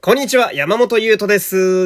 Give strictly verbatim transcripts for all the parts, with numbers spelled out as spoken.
こんにちは、山本優斗です。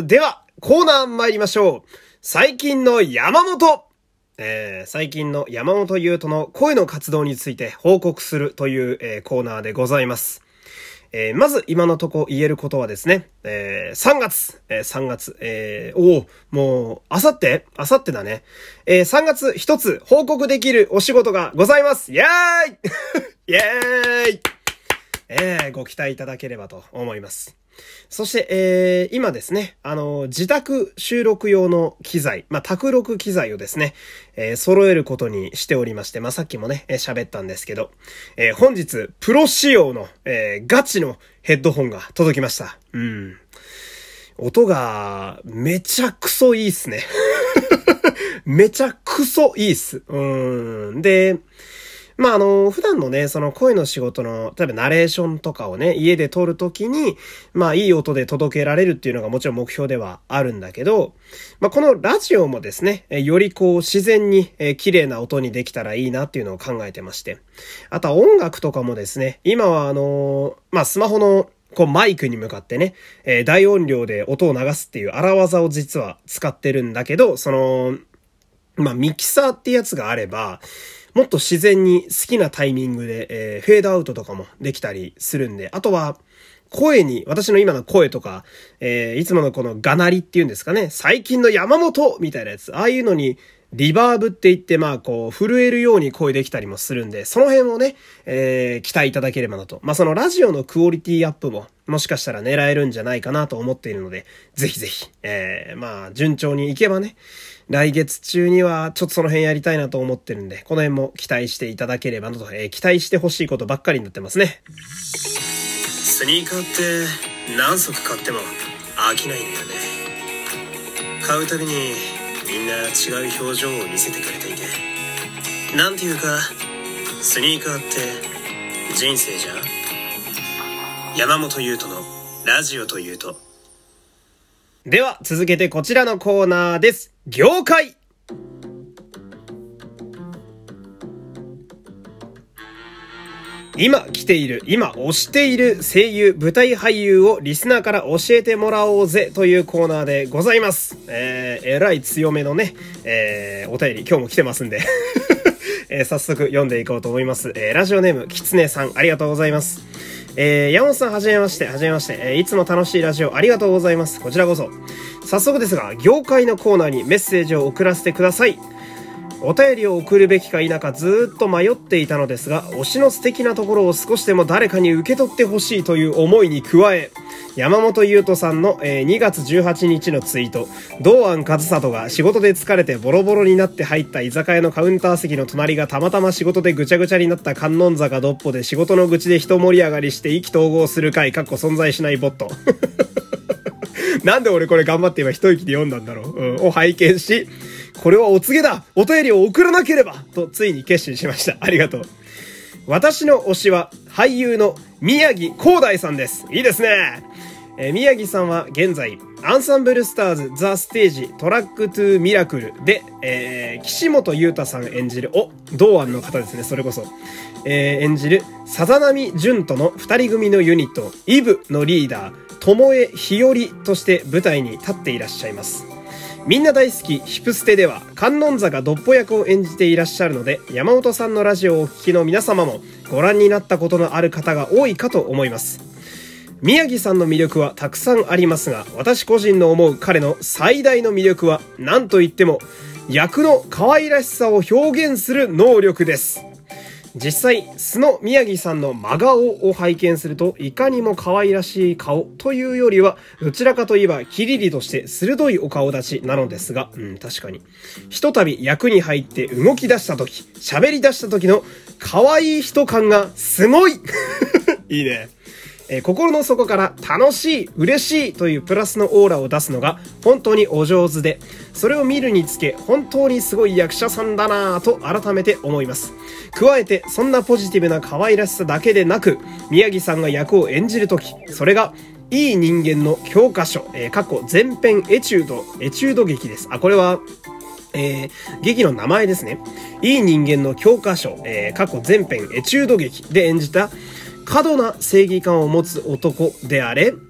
では、コーナー参りましょう。最近の山本えー、最近の山本優斗の声の活動について報告するという、えー、コーナーでございます。えー、まず今のとこ言えることはですね、えー、さんがつ、えー、さんがつ、えー、おー、もう、あさって、あさってだね。えー、さんがつ一つ報告できるお仕事がございます。イェーイイェーイえー、ご期待いただければと思います。そして、えー、今ですね、あの、自宅収録用の機材、まあ、宅録機材をですね、えー、揃えることにしておりまして、まあ、さっきもね、喋、えー、ったんですけど、えー、本日、プロ仕様の、えー、ガチのヘッドホンが届きました。うん。音が、めちゃくそいいっすね。めちゃくそいいっす。うん。で、まあ、あの、普段のね、その声の仕事の、例えばナレーションとかをね、家で撮るときに、まあ、いい音で届けられるっていうのがもちろん目標ではあるんだけど、まあ、このラジオもですね、よりこう、自然に、えー、綺麗な音にできたらいいなっていうのを考えてまして。あとは音楽とかもですね、今はあの、まあ、スマホの、こうマイクに向かってね、えー、大音量で音を流すっていう荒技を実は使ってるんだけど、その、まあ、ミキサーってやつがあれば、もっと自然に好きなタイミングで、えー、フェードアウトとかもできたりするんで、あとは、声に、私の今の声とか、えー、いつものこのがなりっていうんですかね、最近の山本みたいなやつ、ああいうのに、リバーブって言って、まあ、こう、震えるように声できたりもするんで、その辺をね、えー、期待いただければなと。まあ、そのラジオのクオリティアップも、もしかしたら狙えるんじゃないかなと思っているので、ぜひぜひ、えー、まあ、順調にいけばね、来月中にはちょっとその辺やりたいなと思ってるんで、この辺も期待していただければなと、えー、期待してほしいことばっかりになってますね。 スニーカーって何足買っても飽きないんだよね。買うたびにみんな違う表情を見せてくれていて、なんていうかスニーカーって人生じゃん。山本優斗のラジオというと。 では続けてこちらのコーナーです。業界。今来ている、今推している声優、舞台俳優をリスナーから教えてもらおうぜというコーナーでございます。えー、えらい強めのね、えー、お便り今日も来てますんで、えー、早速読んでいこうと思います。えー、ラジオネームきつねさん、ありがとうございます。えー、山本さんはじめまして、はじめまして、えー、いつも楽しいラジオありがとうございます。こちらこそ。早速ですが、業界のコーナーにメッセージを送らせてください。お便りを送るべきか否かずーっと迷っていたのですが、推しの素敵なところを少しでも誰かに受け取ってほしいという思いに加え、山本優斗さんの、えー、にがつじゅうはちにちのツイート、堂安和里が仕事で疲れてボロボロになって入った居酒屋のカウンター席の隣がたまたま仕事でぐちゃぐちゃになった観音坂どっぽで仕事の愚痴で一盛り上がりして意気投合する回、かっこ存在しないボット。なんで俺これ頑張って今一息で読んだんだろう、うん、を拝見し、これはお告げだ、お便りを送らなければとついに決心しました。ありがとう。私の推しは俳優の宮城光大さんです。いいですね。えー、宮城さんは現在アンサンブルスターズザ・ステージトラックトゥーミラクルで、えー、岸本優太さん演じる、お、同案の方ですね、それこそ、えー、演じるさざ波純との二人組のユニットイブのリーダー友江日和として舞台に立っていらっしゃいます。みんな大好きヒプステでは観音坂どっぽ役を演じていらっしゃるので、山本さんのラジオをお聞きの皆様もご覧になったことのある方が多いかと思います。宮城さんの魅力はたくさんありますが、私個人の思う彼の最大の魅力は何と言っても役の可愛らしさを表現する能力です。実際素の宮城さんの真顔を拝見すると、いかにも可愛らしい顔というよりはどちらかといえばキリリとして鋭いお顔立ちなのですが、うん、確かにひとたび役に入って動き出した時、喋り出した時の可愛い人感がすごいいいね。えー、心の底から楽しい、嬉しいというプラスのオーラを出すのが本当にお上手で、それを見るにつけ本当にすごい役者さんだなぁと改めて思います。加えてそんなポジティブな可愛らしさだけでなく、宮城さんが役を演じるとき、それがいい人間の教科書、えー、過去前編エチュード、エチュード劇です。あ、これはえー、劇の名前ですね。いい人間の教科書、えー、過去前編エチュード劇で演じた過度な正義感を持つ男であれ、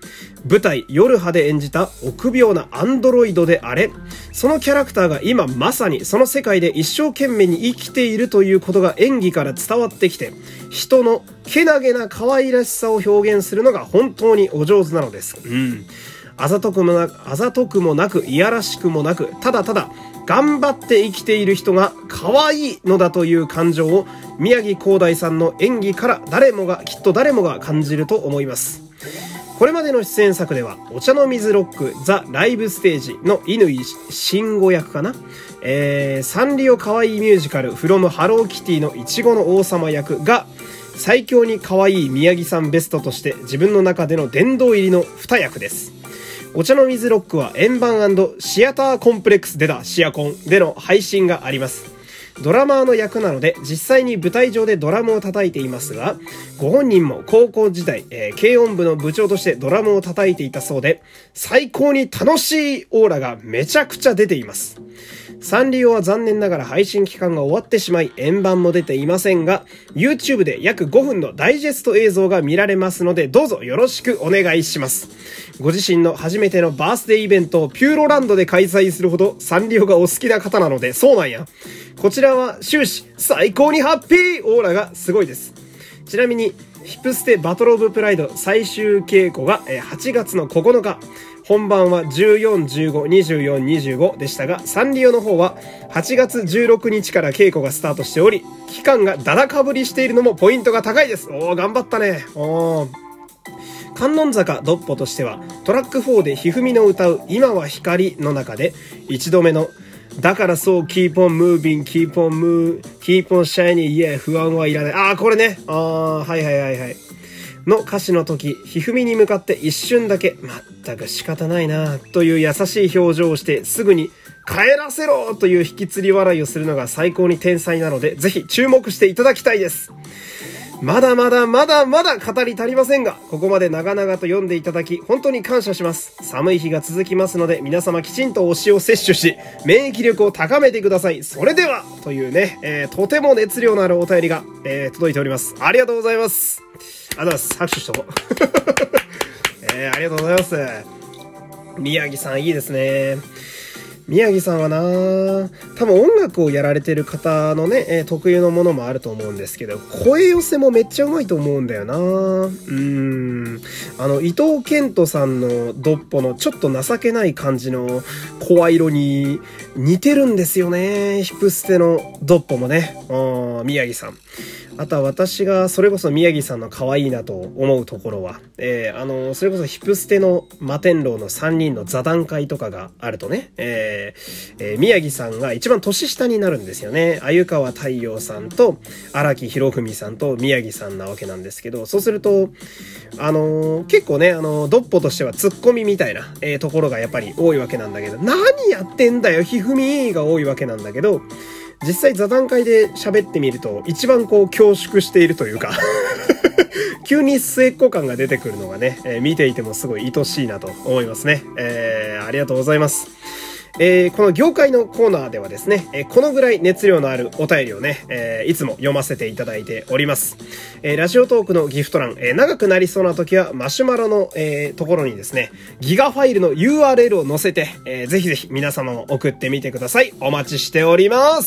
舞台夜葉で演じた臆病なアンドロイドであれ、そのキャラクターが今まさにその世界で一生懸命に生きているということが演技から伝わってきて、人のけなげな可愛らしさを表現するのが本当にお上手なのです。うん。あざとくもなく、あざとくもなく、いやらしくもなく、ただただ頑張って生きている人が可愛いのだという感情を宮城光大さんの演技から誰もが、きっと誰もが感じると思います。これまでの出演作では、お茶の水ロック、ザ・ライブステージの乾慎吾役かな、えー、サンリオ可愛いミュージカル、フロムハローキティのいちごの王様役が、最強に可愛い宮城さんベストとして自分の中での殿堂入りのに役です。お茶の水ロックは円盤&シアターコンプレックスでだシアコンでの配信があります。ドラマーの役なので実際に舞台上でドラムを叩いていますが、ご本人も高校時代、えー、軽音部の部長としてドラムを叩いていたそうで、最高に楽しいオーラがめちゃくちゃ出ています。サンリオは残念ながら配信期間が終わってしまい、円盤も出ていませんが、YouTube で約ごふんのダイジェスト映像が見られますので、どうぞよろしくお願いします。ご自身の初めてのバースデーイベントをピューロランドで開催するほどサンリオがお好きな方なので、そうなんや。こちらは終始最高にハッピーオーラがすごいです。ちなみにヒプステバトルオブプライド最終稽古がはちがつのここのか、本番はじゅうよん、じゅうご、にじゅうよん、にじゅうごでしたが、サンリオの方ははちがつじゅうろくにちから稽古がスタートしており、期間がだだかぶりしているのもポイントが高いです。おー、頑張ったね。おー。観音坂ドッポとしては、トラックフォーでひふみの歌う今は光の中で、一度目のだからそう keep on moving, keep on move, keep on shining, yeah, 不安はいらない。あー、これね。あー、はいはいはいはい。の歌詞の時、ひふみに向かって一瞬だけ、まったく仕方ないなという優しい表情をしてすぐに帰らせろという引きつり笑いをするのが最高に天才なので、ぜひ注目していただきたいです。まだまだまだまだ語り足りませんが、ここまで長々と読んでいただき本当に感謝します。寒い日が続きますので、皆様きちんと推しを摂取し免疫力を高めてください。それではというね、えー、とても熱量のあるお便りが、えー、届いております。ありがとうございます。ありがとうございます。拍手しとこう、えー、ありがとうございます。宮城さんいいですね。宮城さんはな、多分音楽をやられてる方のね、えー、特有のものもあると思うんですけど、声寄せもめっちゃうまいと思うんだよな。うーん。あの、伊藤健人さんのドッポのちょっと情けない感じの声色に似てるんですよね。ヒプステのドッポもね。あ、宮城さん。あとは私がそれこそ宮城さんの可愛いなと思うところは、えー、あの、それこそヒプステの摩天楼のさんにんの座談会とかがあるとね、えーえー、宮城さんが一番年下になるんですよね。鮎川太陽さんと荒木博文さんと宮城さんなわけなんですけど、そうすると、あのー、結構ね、あのー、ドッポとしてはツッコミみたいな、えー、ところがやっぱり多いわけなんだけど、何やってんだよ、ひふみが多いわけなんだけど、実際座談会で喋ってみると一番こう恐縮しているというか急に末っ子感が出てくるのがね、えー、見ていてもすごい愛しいなと思いますね。えー、ありがとうございます。えー、この業界のコーナーではですね、えー、このぐらい熱量のあるお便りをね、えー、いつも読ませていただいております。えー、ラジオトークのギフト欄、えー、長くなりそうな時はマシュマロの、えー、ところにですね、ギガファイルの ユーアールエル を載せて、えー、ぜひぜひ皆様も送ってみてください。お待ちしております。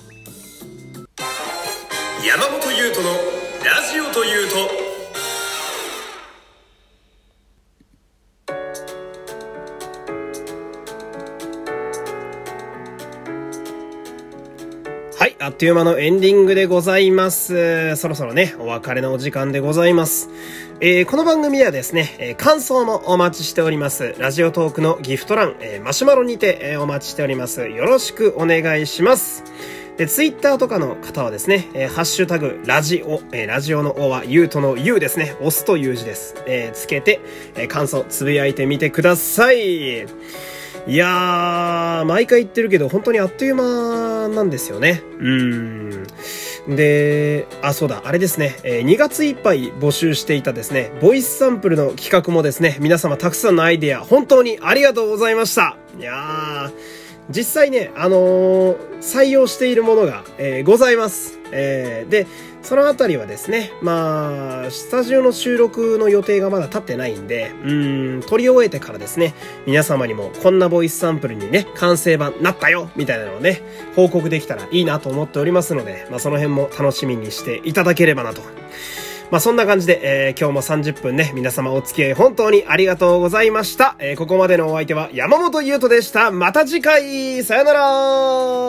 山本優斗のラジオというと。 はい、あっという間のエンディングでございます。そろそろね、お別れのお時間でございます。えー、この番組ではですね、えー、感想もお待ちしております。ラジオトークのギフト欄、えー、マシュマロにて、えー、お待ちしております。よろしくお願いします。で、ツイッターとかの方はですね、えー、ハッシュタグ、ラジオ、えー、ラジオのおは、ゆうとのゆうですね、押すという字です。えー、つけて、えー、感想、つぶやいてみてください。いやー、毎回言ってるけど、本当にあっという間なんですよね。うーん。で、あ、そうだ、あれですね、えー、にがついっぱい募集していたですね、ボイスサンプルの企画もですね、皆様たくさんのアイデア、本当にありがとうございました。いやー、実際ね、あのー、採用しているものが、えー、ございます。えー、で、 そのあたりはですね、まあ、スタジオの収録の予定がまだ立ってないんで、うーん、撮り終えてからですね、皆様にもこんなボイスサンプルにね、完成版なったよみたいなのをね、報告できたらいいなと思っておりますので、まあその辺も楽しみにしていただければなと。まあそんな感じで、えー、今日もさんじゅっぷんね、皆様お付き合い本当にありがとうございました。えー、ここまでのお相手は山本優斗でした。また次回、さよなら。